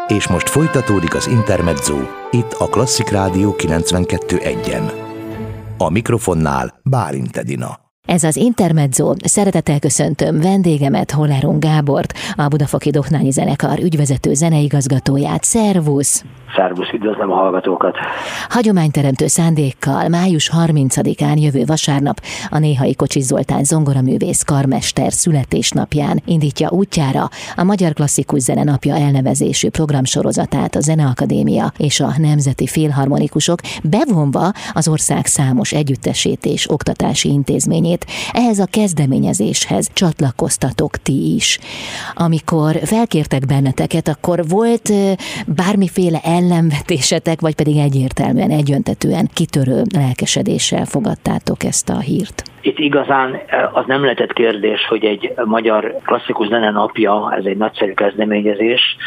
És most folytatódik az Intermezzo, itt a Klasszik Rádió 92.1-en. A mikrofonnál Bálint Edina. Ez az Intermezzo, szeretettel köszöntöm vendégemet, Holler Gábort, a Budafoki Dohnányi Zenekar ügyvezető zeneigazgatóját. Szervusz! Szervusz, üdvözlöm a hallgatókat! Hagyományteremtő szándékkal május 30-án jövő vasárnap a Néhai Kocsis Zoltán zongoraművész karmester születésnapján indítja útjára a Magyar Klasszikus Zene Napja elnevezésű programsorozatát a Zeneakadémia és a Nemzeti Filharmonikusok, bevonva az ország számos együttesét és oktatási intézményét. Ehhez a kezdeményezéshez csatlakoztatok ti is. Amikor felkértek benneteket, akkor volt bármiféle ellenvetésetek, vagy pedig egyértelműen, egyöntetűen kitörő lelkesedéssel fogadtátok ezt a hírt? Itt igazán az nem lehetett kérdés, hogy egy Magyar Klasszikus Zene Napja, ez egy nagyszerű kezdeményezés,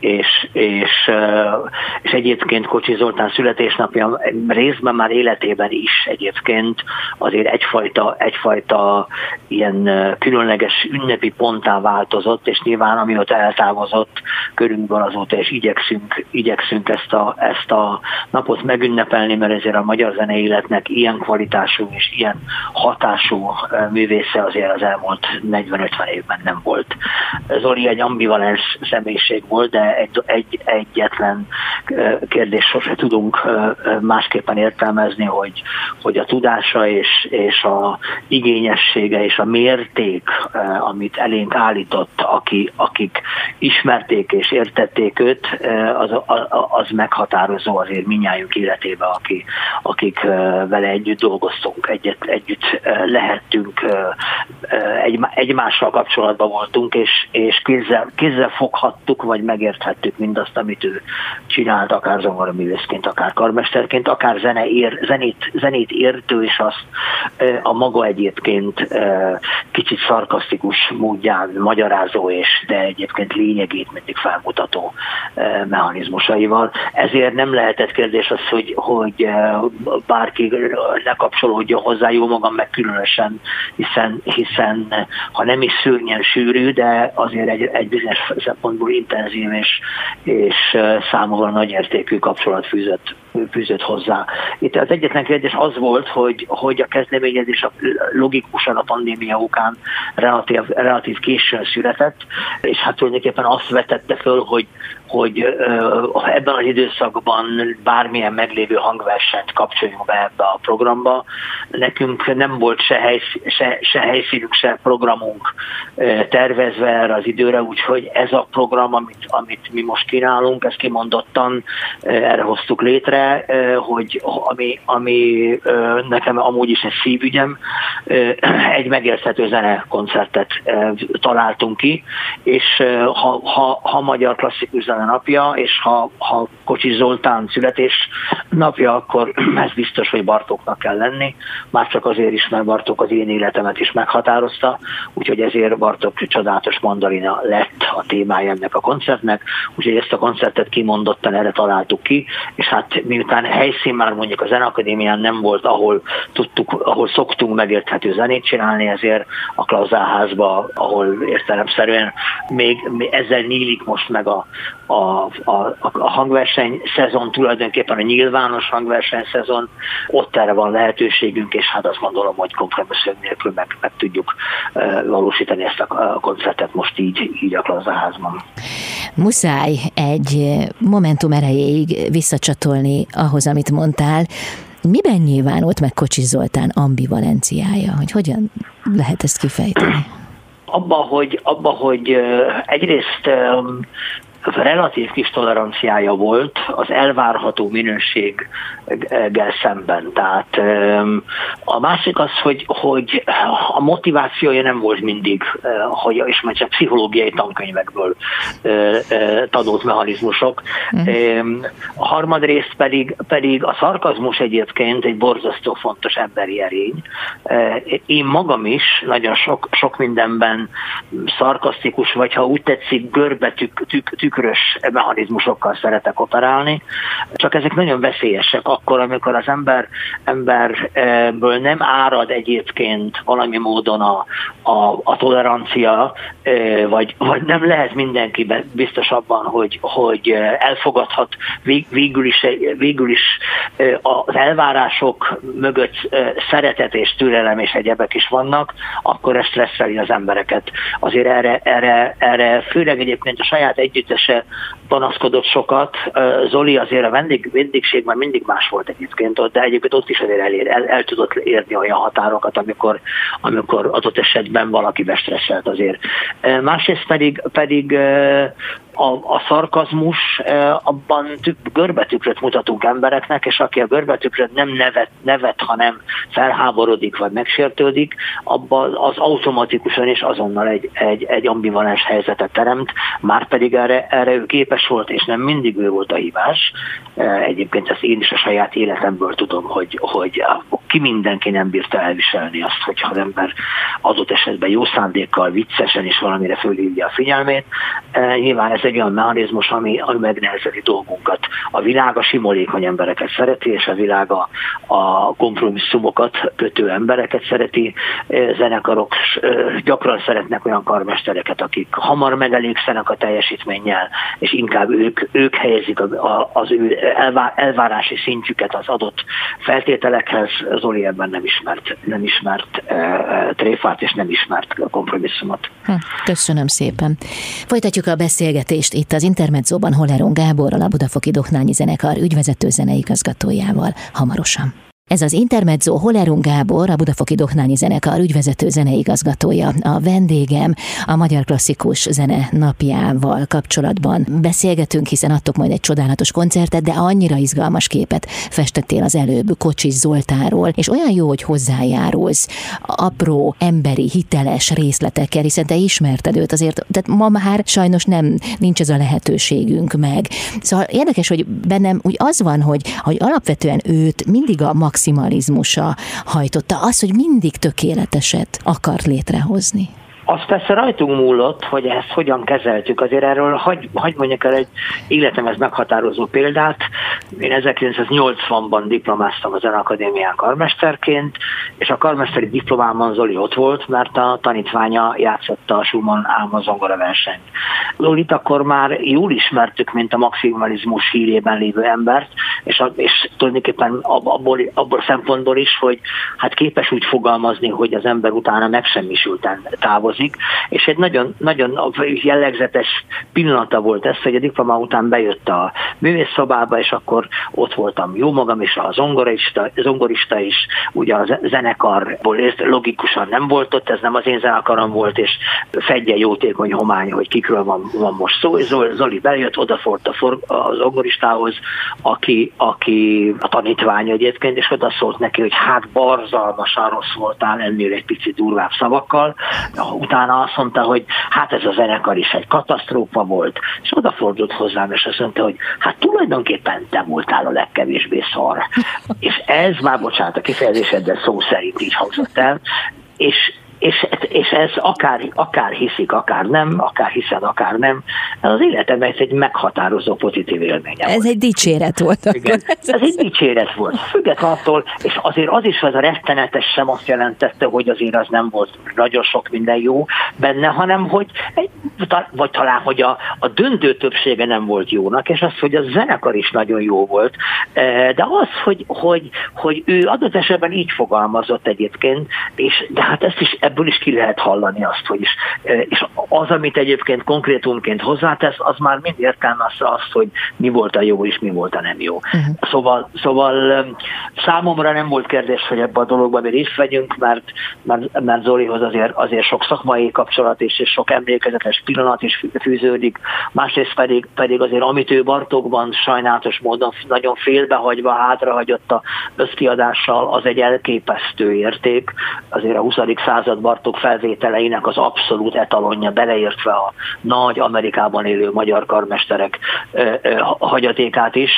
és egyébként Kocsis Zoltán születésnapja részben már életében is egyébként azért egyfajta ilyen különleges ünnepi ponttá változott, és nyilván amióta eltávozott körünkből, azóta is igyekszünk ezt a napot megünnepelni, mert ezért a magyar zenei életnek ilyen kvalitású és ilyen hatású művésze azért az elmúlt 40-50 évben nem volt. Zoli egy ambivalens személyiség volt, de egyetlen kérdést sose tudunk másképpen értelmezni, hogy a tudása és a igényessége és a mérték, amit elénk állított, akik ismerték és értették őt, az meghatározó azért mindnyájunk életébe, akik vele együtt dolgoztunk, együtt lehettünk, egymással kapcsolatban voltunk, és kézzel foghattuk, vagy megérthettük mindazt, amit ő csinált, akár zongoraművészként, akár karmesterként, akár zenét értő, és azt a maga egyébként kicsit szarkasztikus módján magyarázó, de egyébként lényegét mindig felmutató mechanizmusaival. Ezért nem lehetett kérdés az, hogy bárki ne kapcsolódjon hozzá, jó magam meg különösen, hiszen ha nem is szörnyen sűrű, de azért egy bizonyos szempontból intenzív és számomra nagy értékű kapcsolat fűzött hozzá. Itt az egyetlen kérdés az volt, hogy a kezdeményezés logikusan a pandémia okán relatív későn született, és hát tulajdonképpen azt vetette föl, hogy ebben az időszakban bármilyen meglévő hangversenyt kapcsoljunk be ebbe a programba. Nekünk nem volt se helyszínünk, se programunk tervezve erre az időre, úgyhogy ez a program, amit mi most kínálunk, ezt kimondottan erre hoztuk létre, hogy ami nekem amúgy is egy szívügyem, egy megérthető zenekoncertet találtunk ki, és ha Magyar Klasszikus Zene Napja, és ha Kocsis Zoltán születés napja, akkor ez biztos, hogy Bartóknak kell lenni. Már csak azért is, mert Bartók az én életemet is meghatározta, úgyhogy ezért Bartók Csodálatos Mandalina lett a témája ennek a koncertnek, úgyhogy ezt a koncertet kimondottan erre találtuk ki, és hát miután helyszín már mondjuk a Zeneakadémián nem volt, ahol szoktunk megérthető zenét csinálni, ezért a Klauzálházba, ahol értelemszerűen még ezzel nyílik most meg a hangverseny szezon, tulajdonképpen a nyilvános hangverseny szezon, ott erre van lehetőségünk, és hát azt gondolom, hogy kompromisszum nélkül meg tudjuk valósítani ezt a koncertet most így a Klauzálházban. Muszáj egy momentum erejéig visszacsatolni ahhoz, amit mondtál. Miben nyilvánult meg Kocsis Zoltán ambivalenciája? Hogy hogyan lehet ezt kifejteni? Abba, hogy egyrészt relatív kis toleranciája volt az elvárható minőséggel szemben. Tehát a másik az, hogy a motivációja nem volt mindig, és majd csak pszichológiai tankönyvekből tanult mechanizmusok. A harmadrészt pedig a szarkazmus egyébként egy borzasztó fontos emberi erény. Én magam is nagyon sok mindenben szarkasztikus, vagy ha úgy tetszik, görbe tükrös mechanizmusokkal szeretek operálni, csak ezek nagyon veszélyesek akkor, amikor az emberből nem árad egyébként valami módon a tolerancia, vagy nem lehet mindenki biztos abban, hogy elfogadhat végül is az elvárások mögött szeretet és türelem és egyebek is vannak, akkor ez stresszeli az embereket. Azért erre főleg egyébként a saját együttese panaszkodott sokat. Zoli azért a vendégségben mindig más volt egyébként ott, de egyébként ott is azért el tudott érni olyan határokat, amikor adott esetben valaki bestresselt azért. Másrészt pedig a szarkazmus, abban görbetükröt mutatunk embereknek, és aki a görbetükröt nem nevet, hanem felháborodik, vagy megsértődik, abban az automatikusan és azonnal egy ambivalens helyzetet teremt, márpedig erre ő képes volt, és nem mindig ő volt a hibás. Egyébként ezt én is a saját életemből tudom, hogy mindenki nem bírta elviselni azt, hogyha az ember adott esetben jó szándékkal, viccesen is valamire fölhívja a figyelmét. Nyilván ez egy olyan mechanizmus, ami megnehezíti dolgunkat. A világ a simolékony embereket szereti, és a világ a kompromisszumokat kötő embereket szereti. Zenekarok gyakran szeretnek olyan karmestereket, akik hamar megelégszenek a teljesítménnyel, és inkább ők helyezik az ő elvárási szintjüket az adott feltételekhez. Zoli ebben nem ismert tréfát, és nem ismert kompromisszumot. Köszönöm szépen. Folytatjuk a beszélgetést itt az Intermedzóban Holleron Gáborral, a Budafoki Dohnányi Zenekar ügyvezető zeneigazgatójával hamarosan. Ez az Intermezzo, Holleron Gábor, a Budafoki Dohnányi Zenekar ügyvezető zeneigazgatója. A vendégem. A Magyar Klasszikus Zene napjával kapcsolatban beszélgetünk, hiszen adtok majd egy csodálatos koncertet, de annyira izgalmas képet festettél az előbb Kocsis Zoltánról, és olyan jó, hogy hozzájárulsz apró, emberi, hiteles részletekkel, hiszen te ismerted őt azért, tehát ma már sajnos nincs ez a lehetőségünk meg. Szóval érdekes, hogy bennem úgy az van, hogy alapvetően őt mindig a maximalizmusa hajtotta, az, hogy mindig tökéleteset akart létrehozni. Az persze rajtunk múlott, hogy ezt hogyan kezeltük. Azért erről hagy mondjak el egy életemhez meghatározó példát. Én 1980-ban diplomáztam a Zeneakadémián karmesterként, és a karmesteri diplomámon Zoli ott volt, mert a tanítványa játszotta a Schumann Álma zongora versenyt. Zolit akkor már jól ismertük, mint a maximalizmus hírében lévő embert, és tulajdonképpen abból szempontból is, hogy hát képes úgy fogalmazni, hogy az ember utána megsemmisülten távozik, és egy nagyon, nagyon jellegzetes pillanata volt ez, hogy a diploma után bejött a művészszobába, és akkor ott voltam jó magam, és a zongorista is, ugye a zenekarból logikusan nem volt ott, ez nem az én zenekarom volt, és fedje jótékony homány, hogy kikről van most szó. Zoli bejött, odafort a zongoristához, aki a tanítvány egyébként, és oda szólt neki, hogy hát borzalmasan rossz voltál, ennél egy picit durvább szavakkal. Utána azt mondta, hogy hát ez a zenekar is egy katasztrófa volt, és odafordult hozzám, és azt mondta, hogy hát tulajdonképpen te voltál a legkevésbé szar. És ez már, bocsánat a kifejezésed, de szó szerint így hangzott el, és ez akár hiszik, akár nem, akár hiszed, akár nem, ez az életemben egy meghatározó pozitív élménye volt. Ez egy dicséret volt. Igen, ez egy dicséret volt. Függetlenül attól, és azért az is, az a rettenetes sem azt jelentette, hogy azért az nem volt nagyon sok minden jó benne, hanem hogy vagy talán, hogy a döntő többsége nem volt jónak, és az, hogy a zenekar is nagyon jó volt, de az, hogy ő adott esetben így fogalmazott egyébként, de hát ezt is ebből is ki lehet hallani azt, hogy is. És az, amit egyébként konkrétumként hozzátesz, az már mind értelmezte azt, hogy mi volt a jó és mi volt a nem jó. Szóval számomra nem volt kérdés, hogy ebben a dologban mi részt vegyünk, mert Zolihoz azért sok szakmai kapcsolat és sok emlékezetes pillanat is fűződik. Másrészt pedig azért, amit ő Bartókban sajnálatos módon nagyon félbehagyva, hátrahagyott a összkiadással, az egy elképesztő érték. Azért a 20. században Bartók felvételeinek az abszolút etalonja, beleértve a nagy Amerikában élő magyar karmesterek hagyatékát is,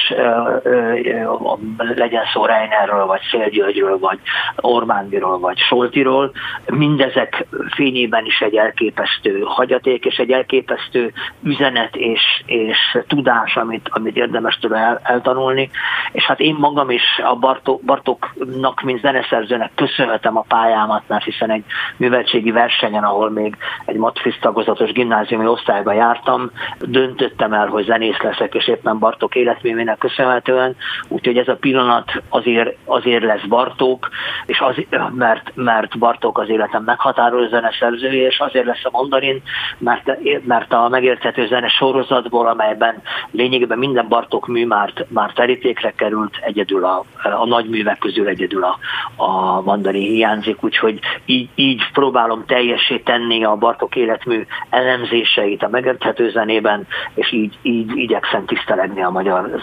legyen szó Reinerről, vagy Széll Györgyről, vagy Ormándiról, vagy Soltiról, mindezek fényében is egy elképesztő hagyaték, és egy elképesztő üzenet és tudás, amit érdemes tőle eltanulni. És hát én magam is a Bartóknak, mint zeneszerzőnek köszönhetem a pályámat, mert hiszen egy műveltségi versenyen, ahol még egy matfiz tagozatos gimnáziumi osztályba jártam, döntöttem el, hogy zenész leszek, és éppen Bartók életművének köszönhetően, úgyhogy ez a pillanat azért lesz Bartók, és mert Bartók az életem meghatározó zeneszerzője, és azért lesz a Mandarin, mert a megérthető zene sorozatból, amelyben lényegében minden Bartók mű már terítékre került, egyedül a nagy művek közül egyedül a Mandarin hiányzik, úgyhogy így próbálom teljessé tenni a Bartók életmű elemzéseit a megérthető zenében, és így igyekszem tisztelegni a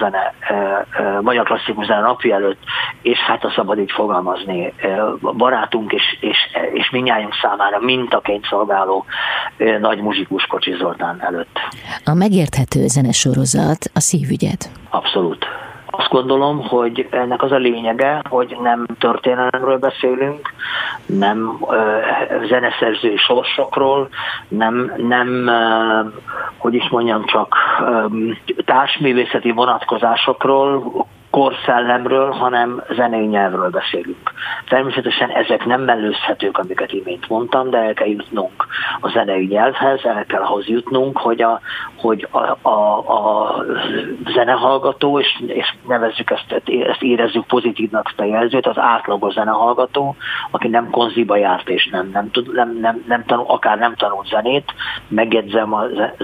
magyar klasszikus zene napja előtt, és hát a szabad így fogalmazni, barátunk és mindnyájunk számára mintaként szolgáló nagy muzsikus Kocsis Zoltán előtt. A megérthető zenesorozat a szívügyed? Abszolút. Azt gondolom, hogy ennek az a lényege, hogy nem történelemről beszélünk, nem zeneszerzői sorsokról, nem hogy is mondjam, csak társművészeti vonatkozásokról, korszellemről, hanem zenei nyelvről beszélünk. Természetesen ezek nem mellőzhetők, amiket imént mondtam, de el kell jutnunk a zenei nyelvhez, el kell ahhoz jutnunk, hogy a zenehallgató, és nevezzük ezt érezzük pozitívnak ezt a jelzőt, az átlagos zenehallgató, aki nem konziba járt és nem tanul, akár nem tanult zenét, megjegyzem,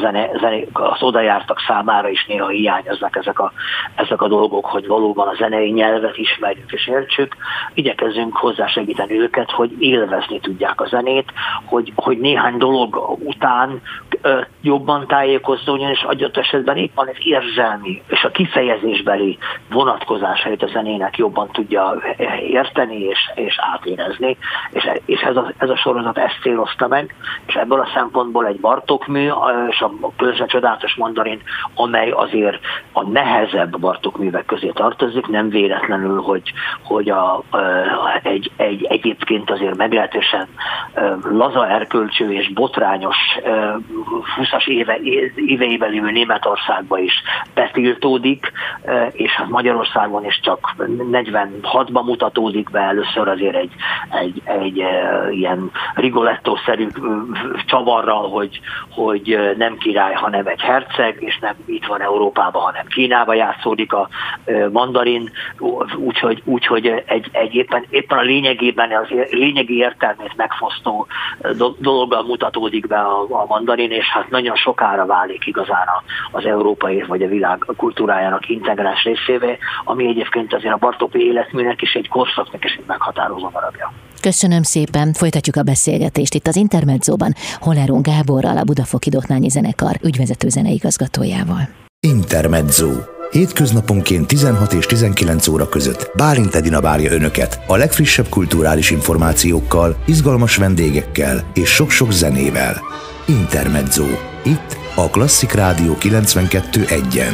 az odajártak számára is néha hiányoznak ezek a dolgok, hogy valóban a zenei nyelvet ismerjük és értsük, igyekezzünk hozzásegíteni őket, hogy élvezni tudják a zenét, hogy néhány dolog után jobban tájékozzon, és adott esetben éppen az érzelmi és a kifejezésbeli vonatkozásait a zenének jobban tudja érteni és átérezni, és ez a sorozat ezt célozta meg, és ebből a szempontból egy Bartók mű, és a különösen csodálatos Mandarin, amely azért a nehezebb Bartók művek közé tartozik, nem véletlenül, hogy egy egyébként azért meglehetősen laza erkölcsű és botrányos 20-as éveiben lévő Németországba is betiltódik, és hát Magyarországon is csak 46-ban mutatódik be először azért egy ilyen Rigoletto-szerű csavarral, hogy nem király, hanem egy herceg, és nem itt van Európában, hanem Kínában játszódik a Mandarin, úgyhogy éppen a lényegében az lényegi értelmét megfosztó dologgal mutatódik be a Mandarin, és hát nagyon sokára válik igazán az európai vagy a világ kultúrájának integráns részévé, ami egyébként azért a Bartók életműnek is egy korszaknak is egy meghatározó darabja. Köszönöm szépen, folytatjuk a beszélgetést itt az Intermedzóban Holeron Gáborral, a Budafoki Dohnányi Zenekar ügyvezető zeneigazgatójával. Intermezzo. Hétköznaponként 16 és 19 óra között Bálint Edina várja Önöket a legfrissebb kulturális információkkal, izgalmas vendégekkel és sok-sok zenével. Intermezzo. Itt a Klasszik Rádió 92.1-en.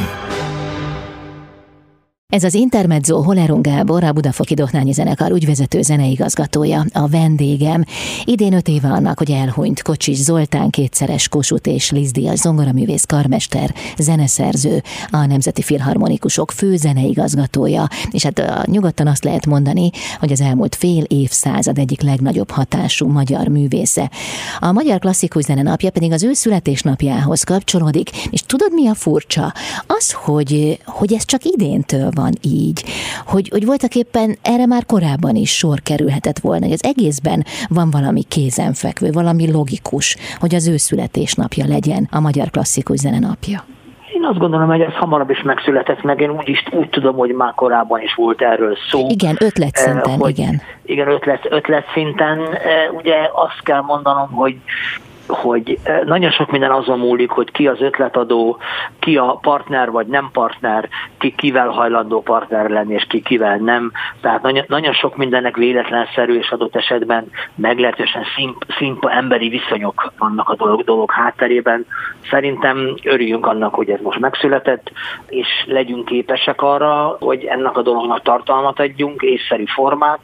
Ez az Intermezzo, Holeron Gábor, a Budafoki Dohnányi Zenekar ügyvezető zeneigazgatója, a vendégem. Idén 5 éve annak, hogy elhunyt Kocsis Zoltán, kétszeres Kossuth és Liszt-díjas zongoraművész, karmester, zeneszerző, a Nemzeti Filharmonikusok fő zeneigazgatója, és hát nyugodtan azt lehet mondani, hogy az elmúlt fél évszázad egyik legnagyobb hatású magyar művésze. A Magyar Klasszikus Zene napja pedig az ő születésnapjához kapcsolódik, és tudod, mi a furcsa? Az, hogy ez csak idéntől van így, hogy voltak éppen erre már korábban is sor kerülhetett volna, hogy az egészben van valami kézenfekvő, valami logikus, hogy az ő születésnapja legyen a Magyar Klasszikus Zene napja. Én azt gondolom, hogy ez hamarabb is megszületett meg. Én úgy tudom, hogy már korábban is volt erről szó. Igen, ötletszinten, igen. Igen, ötletszinten. Ugye azt kell mondanom, hogy hogy nagyon sok minden azon múlik, hogy ki az ötletadó, ki a partner vagy nem partner, ki kivel hajlandó partner lenni, és ki kivel nem. Tehát nagyon sok mindennek véletlenszerű, és adott esetben meglehetősen szimpa emberi viszonyok vannak a dolog hátterében. Szerintem örüljünk annak, hogy ez most megszületett, és legyünk képesek arra, hogy ennek a dolognak tartalmat adjunk, észszerű formát,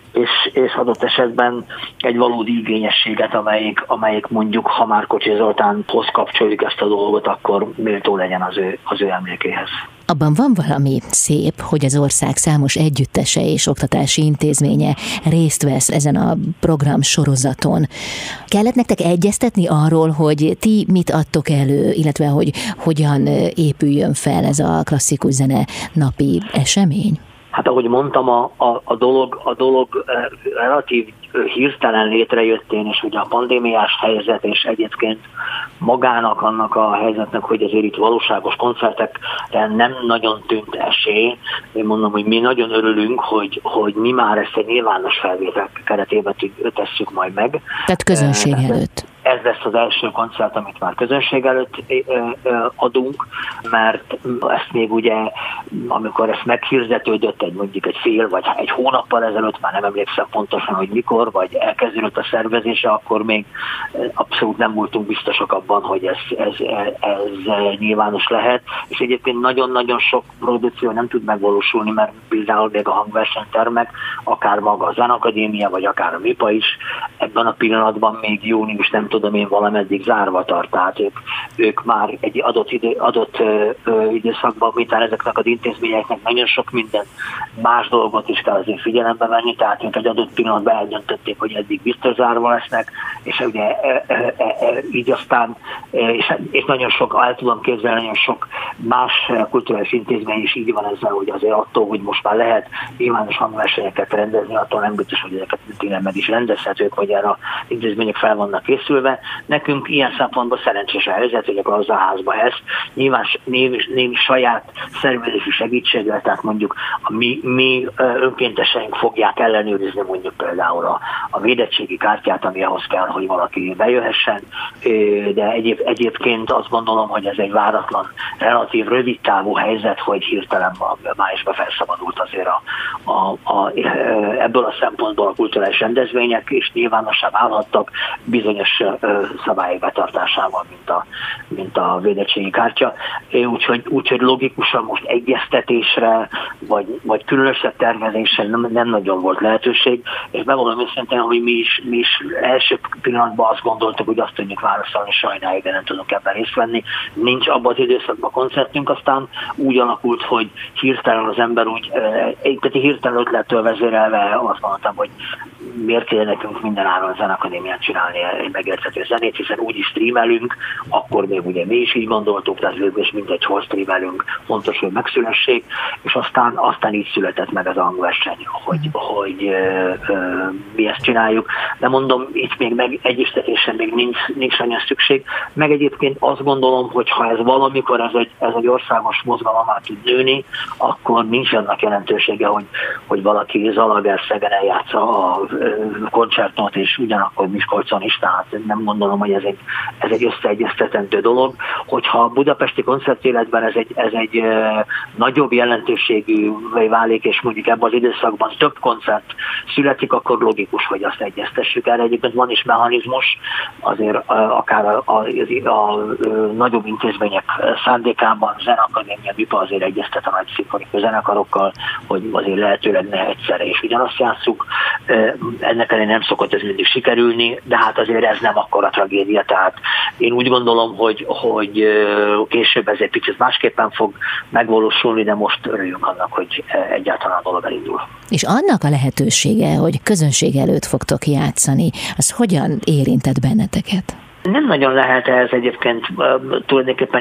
és adott esetben egy valódi igényességet, amelyik mondjuk, ha már Kocsis Zoltánhoz kapcsoljuk ezt a dolgot, akkor méltó legyen az ő emlékéhez. Abban van valami szép, hogy az ország számos együttese és oktatási intézménye részt vesz ezen a program sorozaton. Kellett nektek egyeztetni arról, hogy ti mit adtok elő, illetve hogy hogyan épüljön fel ez a klasszikus zene napi esemény? Hát ahogy mondtam, a dolog relatív hirtelen létrejöttén, és ugye a pandémiás helyzet, és egyébként magának annak a helyzetnek, hogy azért itt valóságos koncertekre nem nagyon tűnt esély. Én mondom, hogy mi nagyon örülünk, hogy mi már ezt egy nyilvános felvétel keretében tesszük majd meg. Tehát közönség előtt. Ez lesz az első koncert, amit már közönség előtt adunk, mert ezt még ugye, amikor ezt meghirdetődött mondjuk egy fél vagy egy hónappal ezelőtt, már nem emlékszem pontosan, hogy mikor, vagy elkezdődött a szervezése, akkor még abszolút nem voltunk biztosak abban, hogy ez nyilvános lehet, és egyébként nagyon-nagyon sok produkció nem tud megvalósulni, mert például még a hangversenytermek, akár maga a Zenakadémia, vagy akár a MIPA is ebben a pillanatban még június, nem tudom én, valameddig zárva tart, tehát ők már egy adott időszakban, miután ezeknek az intézményeknek nagyon sok minden más dolgot is kell azért figyelembe venni, tehát ők egy adott pillanatban eldöntötték, hogy eddig biztos zárva lesznek, és ugye így aztán, és nagyon sok, el tudom képzelni, nagyon sok más kulturális intézmény is így van ezzel, hogy azért attól, hogy most már lehet nyilvános hangversenyeket rendezni, attól nem biztos, hogy ezeket tényleg meg is rendezhetők, vagy erre a intézmények fel vannak készülve. Nekünk ilyen szempontból szerencsés a helyzet, hogy a Gazdáházba ezt nyilván némi saját szervezési segítséggel, tehát mondjuk a mi önkénteseink fogják ellenőrizni mondjuk például a védettségi kártyát, ami ahhoz kell, hogy valaki bejöhessen, de egyébként azt gondolom, hogy ez egy váratlan, relatív rövid távú helyzet, hogy hirtelen májusban felszabadult azért ebből a szempontból a kulturális rendezvények, és nyilvánossá válhattak bizonyos szabályok betartásával, mint a védettségi kártya. Úgyhogy logikusan most egyeztetésre, vagy különösebb tervezésre nem nagyon volt lehetőség, és bevallom őszintén, hogy mi is első pillanatban azt gondoltuk, hogy azt tudjuk válaszolni, sajnáljuk, de nem tudunk ebben részt venni. Nincs abban az időszakban koncertünk, aztán úgy alakult, hogy hirtelen az ember tehát hirtelen ötlettől vezérelve azt mondtam, hogy miért kéne nekünk minden áron Zenakadémián csinálni egy megérthető zenét, hiszen úgy is streamelünk, akkor még ugye mi is így gondoltuk, tehát végül is mindegy, hol streamelünk, fontos, hogy megszülessék, és aztán így született meg az a hangverseny, hogy mi ezt csináljuk. De mondom, itt még egyeztetésen még nincs nagyon szükség. Meg egyébként azt gondolom, hogy ha ez valamikor ez egy országos mozgalomá tud nőni, akkor nincs annak jelentősége, hogy valaki Zalaegerszegen eljátsza a koncertot, és ugyanakkor Miskolcon is, tehát nem gondolom, hogy ez egy összeegyeztetendő dolog. Hogyha a budapesti koncertéletben ez egy nagyobb jelentőségű válik, és mondjuk ebben az időszakban több koncert születik, akkor logikus, hogy azt egyeztessük el. Egyébként van is mechanizmus, azért akár a nagyobb intézmények szándékában, Zenakadémia, MIPA azért egyeztet a nagy szimfonikus zenekarokkal, hogy azért lehetőleg ne egyszerre is ugyanazt játsszuk. Ennek ellenére nem szokott ez mindig sikerülni, de hát azért ez nem akkora tragédia, tehát én úgy gondolom, hogy később ez egy picit másképpen fog megvalósulni, de most örüljünk annak, hogy egyáltalán a dolog elindul. És annak a lehetősége, hogy közönség előtt fogtok játszani, az hogyan érintett benneteket? Nem nagyon lehet ez egyébként tulajdonképpen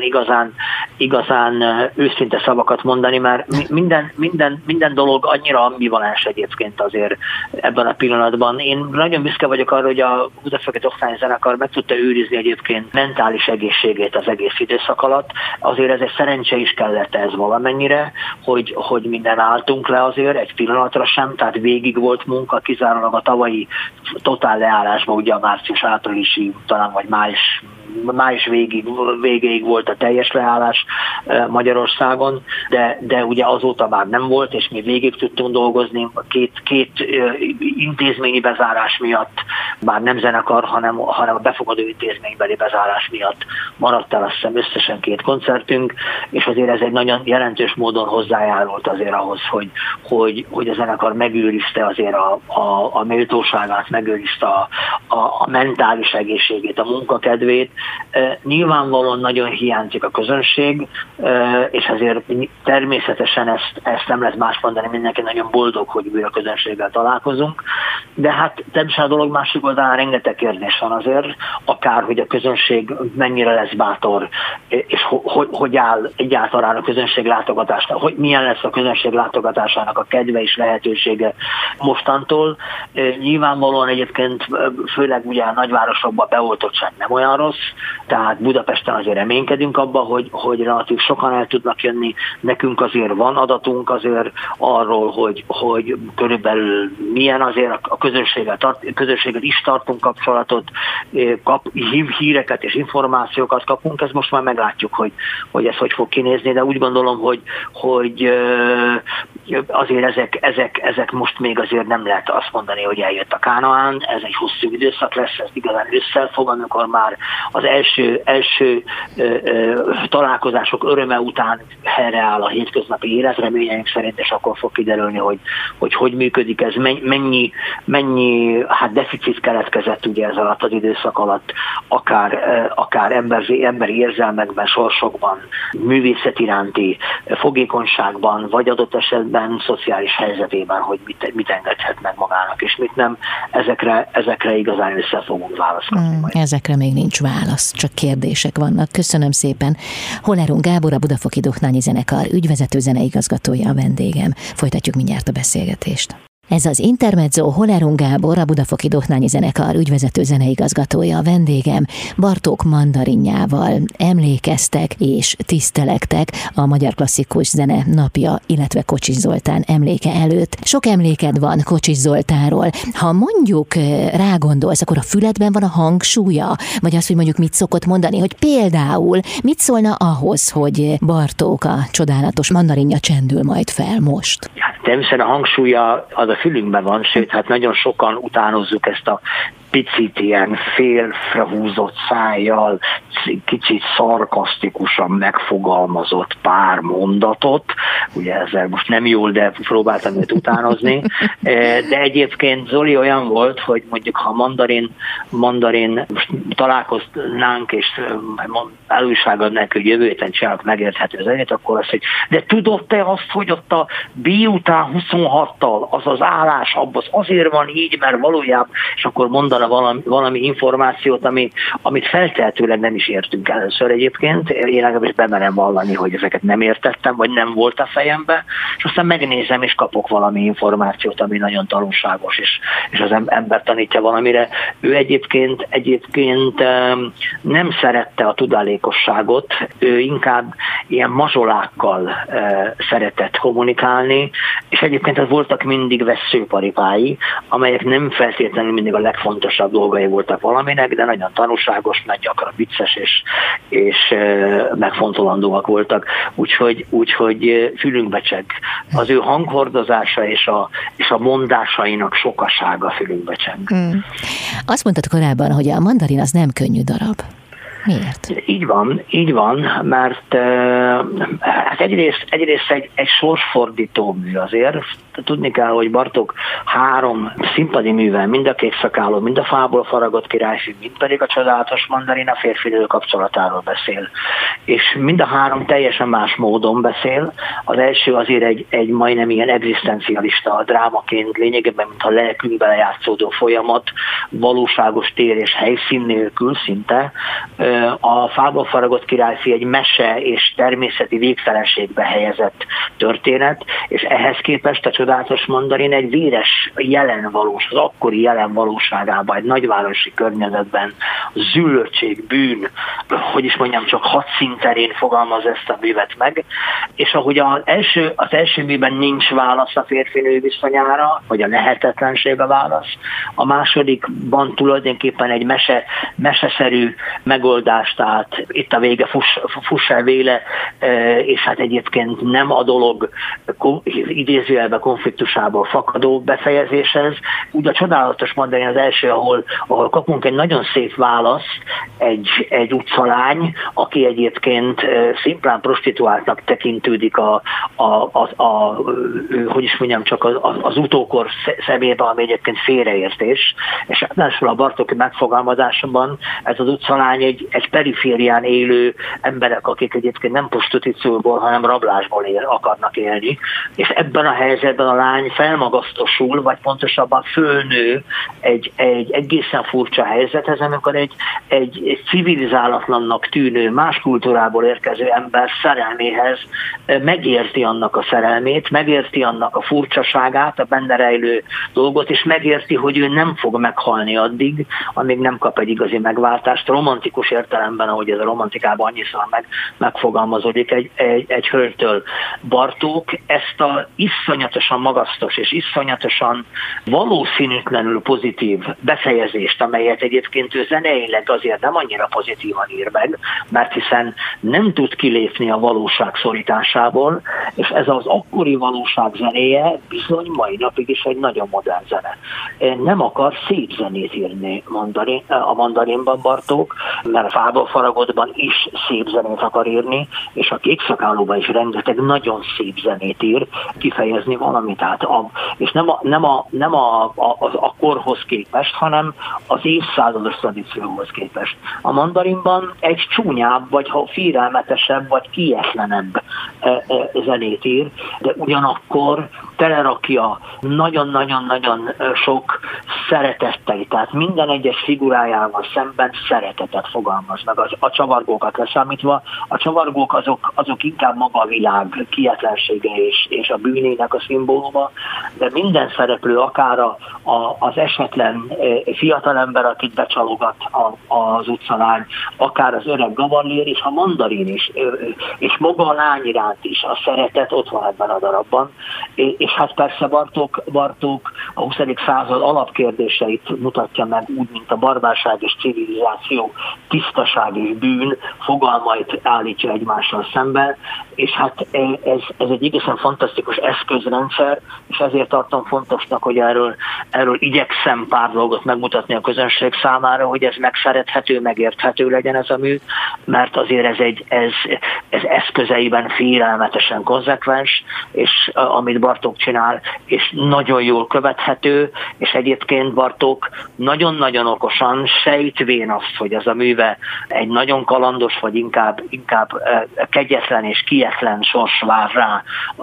igazán őszinte szavakat mondani, mert minden dolog annyira ambivalens egyébként azért ebben a pillanatban. Én nagyon büszke vagyok arra, hogy a Budaföket Osztályi Zenekar meg tudta őrizni egyébként mentális egészségét az egész időszak alatt. Azért ez egy szerencse is kellett ez valamennyire, hogy minden álltunk le azért egy pillanatra sem, tehát végig volt munka, kizárólag a tavalyi totál leállásban, ugye a március-áprilisi, talán vagy május végéig volt a teljes leállás Magyarországon, de ugye azóta már nem volt, és mi végig tudtunk dolgozni. Két intézményi bezárás miatt, már nem zenekar, hanem a befogadó intézménybeli bezárás miatt maradt el, azt hiszem, összesen 2 koncertünk, és azért ez egy nagyon jelentős módon hozzájárult azért ahhoz, hogy a zenekar megőrizte azért a méltóságát, megőrizte a mentális egészségét, a munkakedvét. Nyilvánvalóan nagyon hiányzik a közönség, és azért természetesen ezt nem lehet más mondani, mindenki nagyon boldog, hogy újra közönséggel találkozunk, de hát természetesen a dolog másik oldalán rengeteg kérdés van azért, akár hogy a közönség mennyire lesz bátor, és hogy áll egyáltalán a közönség látogatásnak, hogy milyen lesz a közönség látogatásának a kedve és lehetősége mostantól. Nyilvánvalóan egyébként főleg ugye a nagyvárosokban a beoltottság nem olyan rossz, tehát Budapesten azért reménykedünk abba, hogy relatív sokan el tudnak jönni. Nekünk azért van adatunk azért arról, hogy körülbelül milyen azért a közönséggel is tartunk kapcsolatot, híreket és információkat kapunk, ezt most már meglátjuk, hogy ez hogy fog kinézni, de úgy gondolom, hogy azért ezek most még azért nem lehet azt mondani, hogy eljött a Kánaán, ez egy hosszú időszak lesz, ez igazán ősszel fog, amikor már az első találkozások öröme után helyreáll a hétköznapi élet, reményeink szerint, és akkor fog kiderülni, hogy működik ez, mennyi deficit keletkezett ugye ez alatt az időszak alatt, akár emberi érzelmekben, sorsokban, művészet iránti fogékonyságban, vagy adott esetben szociális helyzetében, hogy mit engedhet meg magának, és mit nem. Ezekre igazán össze fogunk válaszolni. Ezekre még nincs válasz, csak kérdések vannak. Köszönöm szépen. Holerung Gábor, a Budafoki Dohnányi Zenekar ügyvezető zeneigazgatója a vendégem. Folytatjuk mindjárt a beszélgetést. Ez az Intermezzo, Holerung Gábor, a Budafoki Dohnányi Zenekar ügyvezető zeneigazgatója a vendégem. Bartók Mandarinjával emlékeztek és tisztelektek a Magyar Klasszikus Zene napja, illetve Kocsis Zoltán emléke előtt. Sok emléked van Kocsis Zoltánról. Ha mondjuk rágondolsz, akkor a füledben van a hangsúlya, vagy az, hogy mondjuk mit szokott mondani, hogy például mit szólna ahhoz, hogy Bartók a csodálatos mandarinja csendül majd fel most? Természetesen a hangsúlya az a fülünkben van, sőt, hát nagyon sokan utánozzuk ezt a picit ilyen félrehúzott szájjal, kicsit szarkasztikusan megfogalmazott pár mondatot, ugye ezzel most nem jól, de próbáltam őt utánozni, de egyébként Zoli olyan volt, hogy mondjuk ha mandarin most találkoznánk, és elújságod neki, hogy jövő héten csinálok megérthető zenét, akkor azt, hogy de tudod te azt, hogy ott a B után 26-tal az állás abban azért van így, mert valójában, és akkor mondana valami információt, amit feltehetőleg nem is értünk először egyébként. Én legalábbis bemerem vallani, hogy ezeket nem értettem, vagy nem volt a fejembe, és aztán megnézem, és kapok valami információt, ami nagyon tanulságos, és az ember tanítja valamire. Ő egyébként nem szerette a tudálékosságot, ő inkább ilyen mazsolákkal szeretett kommunikálni, és egyébként voltak mindig vesszőparipái, amelyek nem feltétlenül mindig a legfontosabb dolgai voltak valaminek, de nagyon tanulságos, nagy gyakran vicces és megfontolandóak voltak, úgyhogy fülünkbe cseng. Az ő hanghordozása és a mondásainak sokasága fülünkbe cseng. Azt mondtad korábban, hogy a mandarin az nem könnyű darab. Miért? Így van, mert hát egyrészt egy sorsfordító mű azért. Tudni kell, hogy Bartók 3 színpadi művel, mind a Kékszakáló, mind a Fából faragott királyfi, mind pedig a csodálatos mandarin a férfi-nő kapcsolatáról beszél. És mind a 3 teljesen más módon beszél. Az első azért egy majdnem ilyen egzisztencialista drámaként, lényegében, mintha lelkünkbe lejátszódó folyamat, valóságos tér és helyszín nélkül szinte. A Fából faragott királyfi egy mese és természeti végtelenségbe helyezett történet, és ehhez képest a Csodálatos Mandarin egy véres az akkori jelen valóságában, egy nagyvárosi környezetben züllöttség, bűn, csak hadszínterén fogalmaz ezt a művet meg, és ahogy az első műben nincs válasz a férfi-nő viszonyára, vagy a lehetetlenségbe válasz, a másodikban tulajdonképpen egy meseszerű megoldás, tehát itt a vége fuss el véle, és hát egyébként nem a dolog idézőjelben konfliktusából fakadó befejezéshez. Úgy a Csodálatos Mandarin az első, ahol kapunk egy nagyon szép választ, egy utcalány, aki egyébként szimplán prostituáltnak tekintődik az utókor szemében, ami egyébként félreértés, és ráadásul a Bartóki megfogalmazásban ez az utcalány egy periférián élő emberek, akik egyébként nem prostitúcióból, hanem rablásból akarnak élni, és ebben a helyzetben a lány felmagasztosul, vagy pontosabban fölnő egy egészen furcsa helyzethez, amikor egy civilizálatlannak tűnő, más kultúrából érkező ember szerelméhez megérti annak a szerelmét, megérti annak a furcsaságát, a benne rejlő dolgot, és megérti, hogy ő nem fog meghalni addig, amíg nem kap egy igazi megváltást. Romantikus értelemben, ahogy ez a romantikában annyiszor megfogalmazódik egy hölgytől. Bartók ezt a iszonyatosan magasztos és iszonyatosan valószínűtlenül pozitív befejezést, amelyet egyébként ő zeneileg azért nem annyira pozitívan ír meg, mert hiszen nem tud kilépni a valóság szorításából, és ez az akkori valóság zenéje bizony mai napig is egy nagyon modern zene. Nem akar szép zenét írni a Mandarinban Bartók, mert a Fából faragottban is szép zenét akar írni, és a Kékszakállóban is rengeteg nagyon szép zenét ír, kifejezni valamit. És nem a korhoz képest, hanem az évszázados tradícióhoz képest. A Mandarinban egy csúnyább, vagy ha félelmetesebb, vagy kietlenebb zenét ír, de ugyanakkor telerakja nagyon-nagyon-nagyon sok szeretettel, tehát minden egyes figurájával szemben szeretetet fogalmaz meg, a csavargókat leszámítva. A csavargók azok inkább maga a világ kietlensége és a bűnének a szimbóluma, de minden szereplő, akár az esetlen fiatalember, akit becsalogat az utcalány, akár az öreg gavallér, és a Mandarin is, és maga a lány iránt is a szeretet ott van ebben a darabban. És hát persze Bartók a 20. század alapkérdéseit mutatja meg úgy, mint a barbárság és civilizáció, tisztaság és bűn fogalmait állítja egymással szemben, és hát ez egy igazán fantasztikus eszközrendszer, és ezért tartom fontosnak, hogy erről igyekszem pár dolgot megmutatni a közönség számára, hogy ez megszerethető, megérthető legyen ez a mű, mert azért ez eszközeiben félelmetesen konzekvens, és amit Bartók csinál, és nagyon jól követhető, és egyébként Bartók nagyon-nagyon okosan sejtvén azt, hogy ez a műve egy nagyon kalandos, vagy inkább kegyetlen és kietlen sors vár rá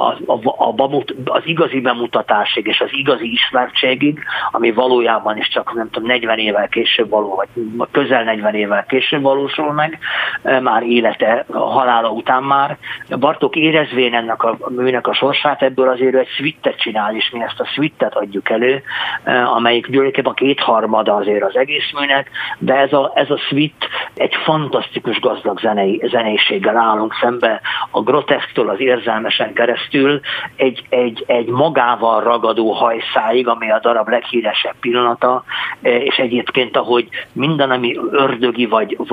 az igazi bemutatásig és az igazi ismertségig, ami valójában is csak 40 évvel később vagy közel 40 évvel később valósul meg, már élete, halála után már. Bartók érezvén ennek a műnek a sorsát, ebből azért egy szvittet csinál, és mi ezt a szvittet adjuk elő, amelyik tulajdonképpen a kétharmada azért az egész műnek, de ez a szvitt egy fantasztikus gazdag zeneiséggel állunk szembe, a groteszktől az érzelmesen keresztül egy magával ragadó hajszáig, ami a darab leghíresebb pillanata, és egyébként ahogy minden, ami ördögi,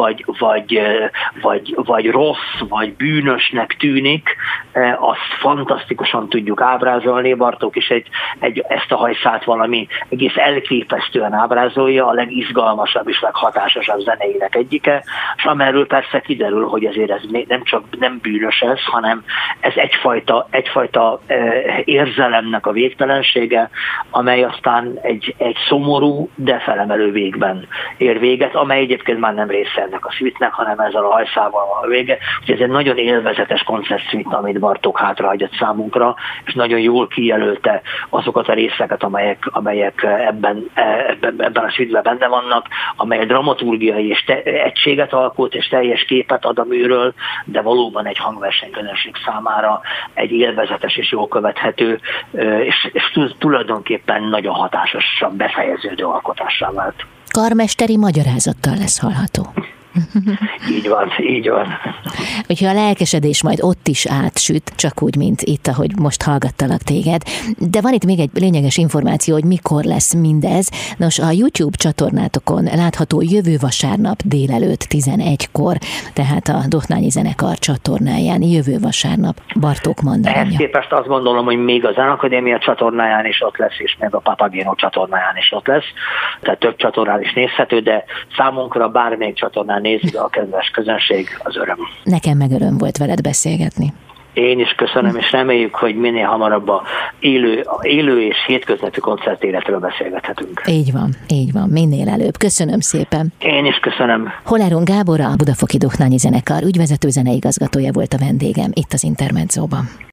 vagy rossz, vagy bűnösnek tűnik, azt fantasztikusan tudjuk ábrázolni. Bartók is ezt a hajszát valami egész elképesztően ábrázolja, a legizgalmasabb és leghatásosabb zeneinek egyike, és amerről persze kiderül, hogy ezért ez nem bűnös ez, hanem ez egyfajta érzelemnek a végtelensége, amely aztán egy szomorú, de felemelő végben ér véget, amely egyébként már nem része ennek a szvitnek, hanem ezzel a hajszával van a vége. Úgyhogy ez egy nagyon élvezetes koncertszvit, amit Bartók hátrahagyott számunkra, és nagyon jól kijelölte azokat a részeket, amelyek ebben a suite-ben benne vannak, amely dramaturgiai és egységet alkot, és teljes képet ad a műről, de valóban egy hangversenyközönség számára egy élvezetes és jól követhető, és tulajdonképpen nagyon hatásosan befejeződő alkotássá vált. Karmesteri magyarázattal lesz hallható. Így van. Hogyha a lelkesedés majd ott is átsüt, csak úgy, mint itt, ahogy most hallgattalak téged. De van itt még egy lényeges információ, hogy mikor lesz mindez. Nos, a YouTube csatornátokon látható jövő vasárnap délelőtt 11-kor, tehát a Dohnányi Zenekar csatornáján jövő vasárnap Bartók mandarínja. Ehhez képest azt gondolom, hogy még a Zenakadémia csatornáján is ott lesz, és még a Papageno csatornáján is ott lesz. Tehát több csatornán is nézhető, de számunkra bármelyik csatornán nézi a kedves közönség, az öröm. Nekem meg öröm volt veled beszélgetni. Én is köszönöm, és reméljük, hogy minél hamarabb a élő és hétköznapi koncertéletről beszélgethetünk. Így van, minél előbb. Köszönöm szépen. Én is köszönöm. Holáron Gábor, a Budafoki Dohnányi Zenekar ügyvezető zeneigazgatója volt a vendégem itt az Intermedzóban.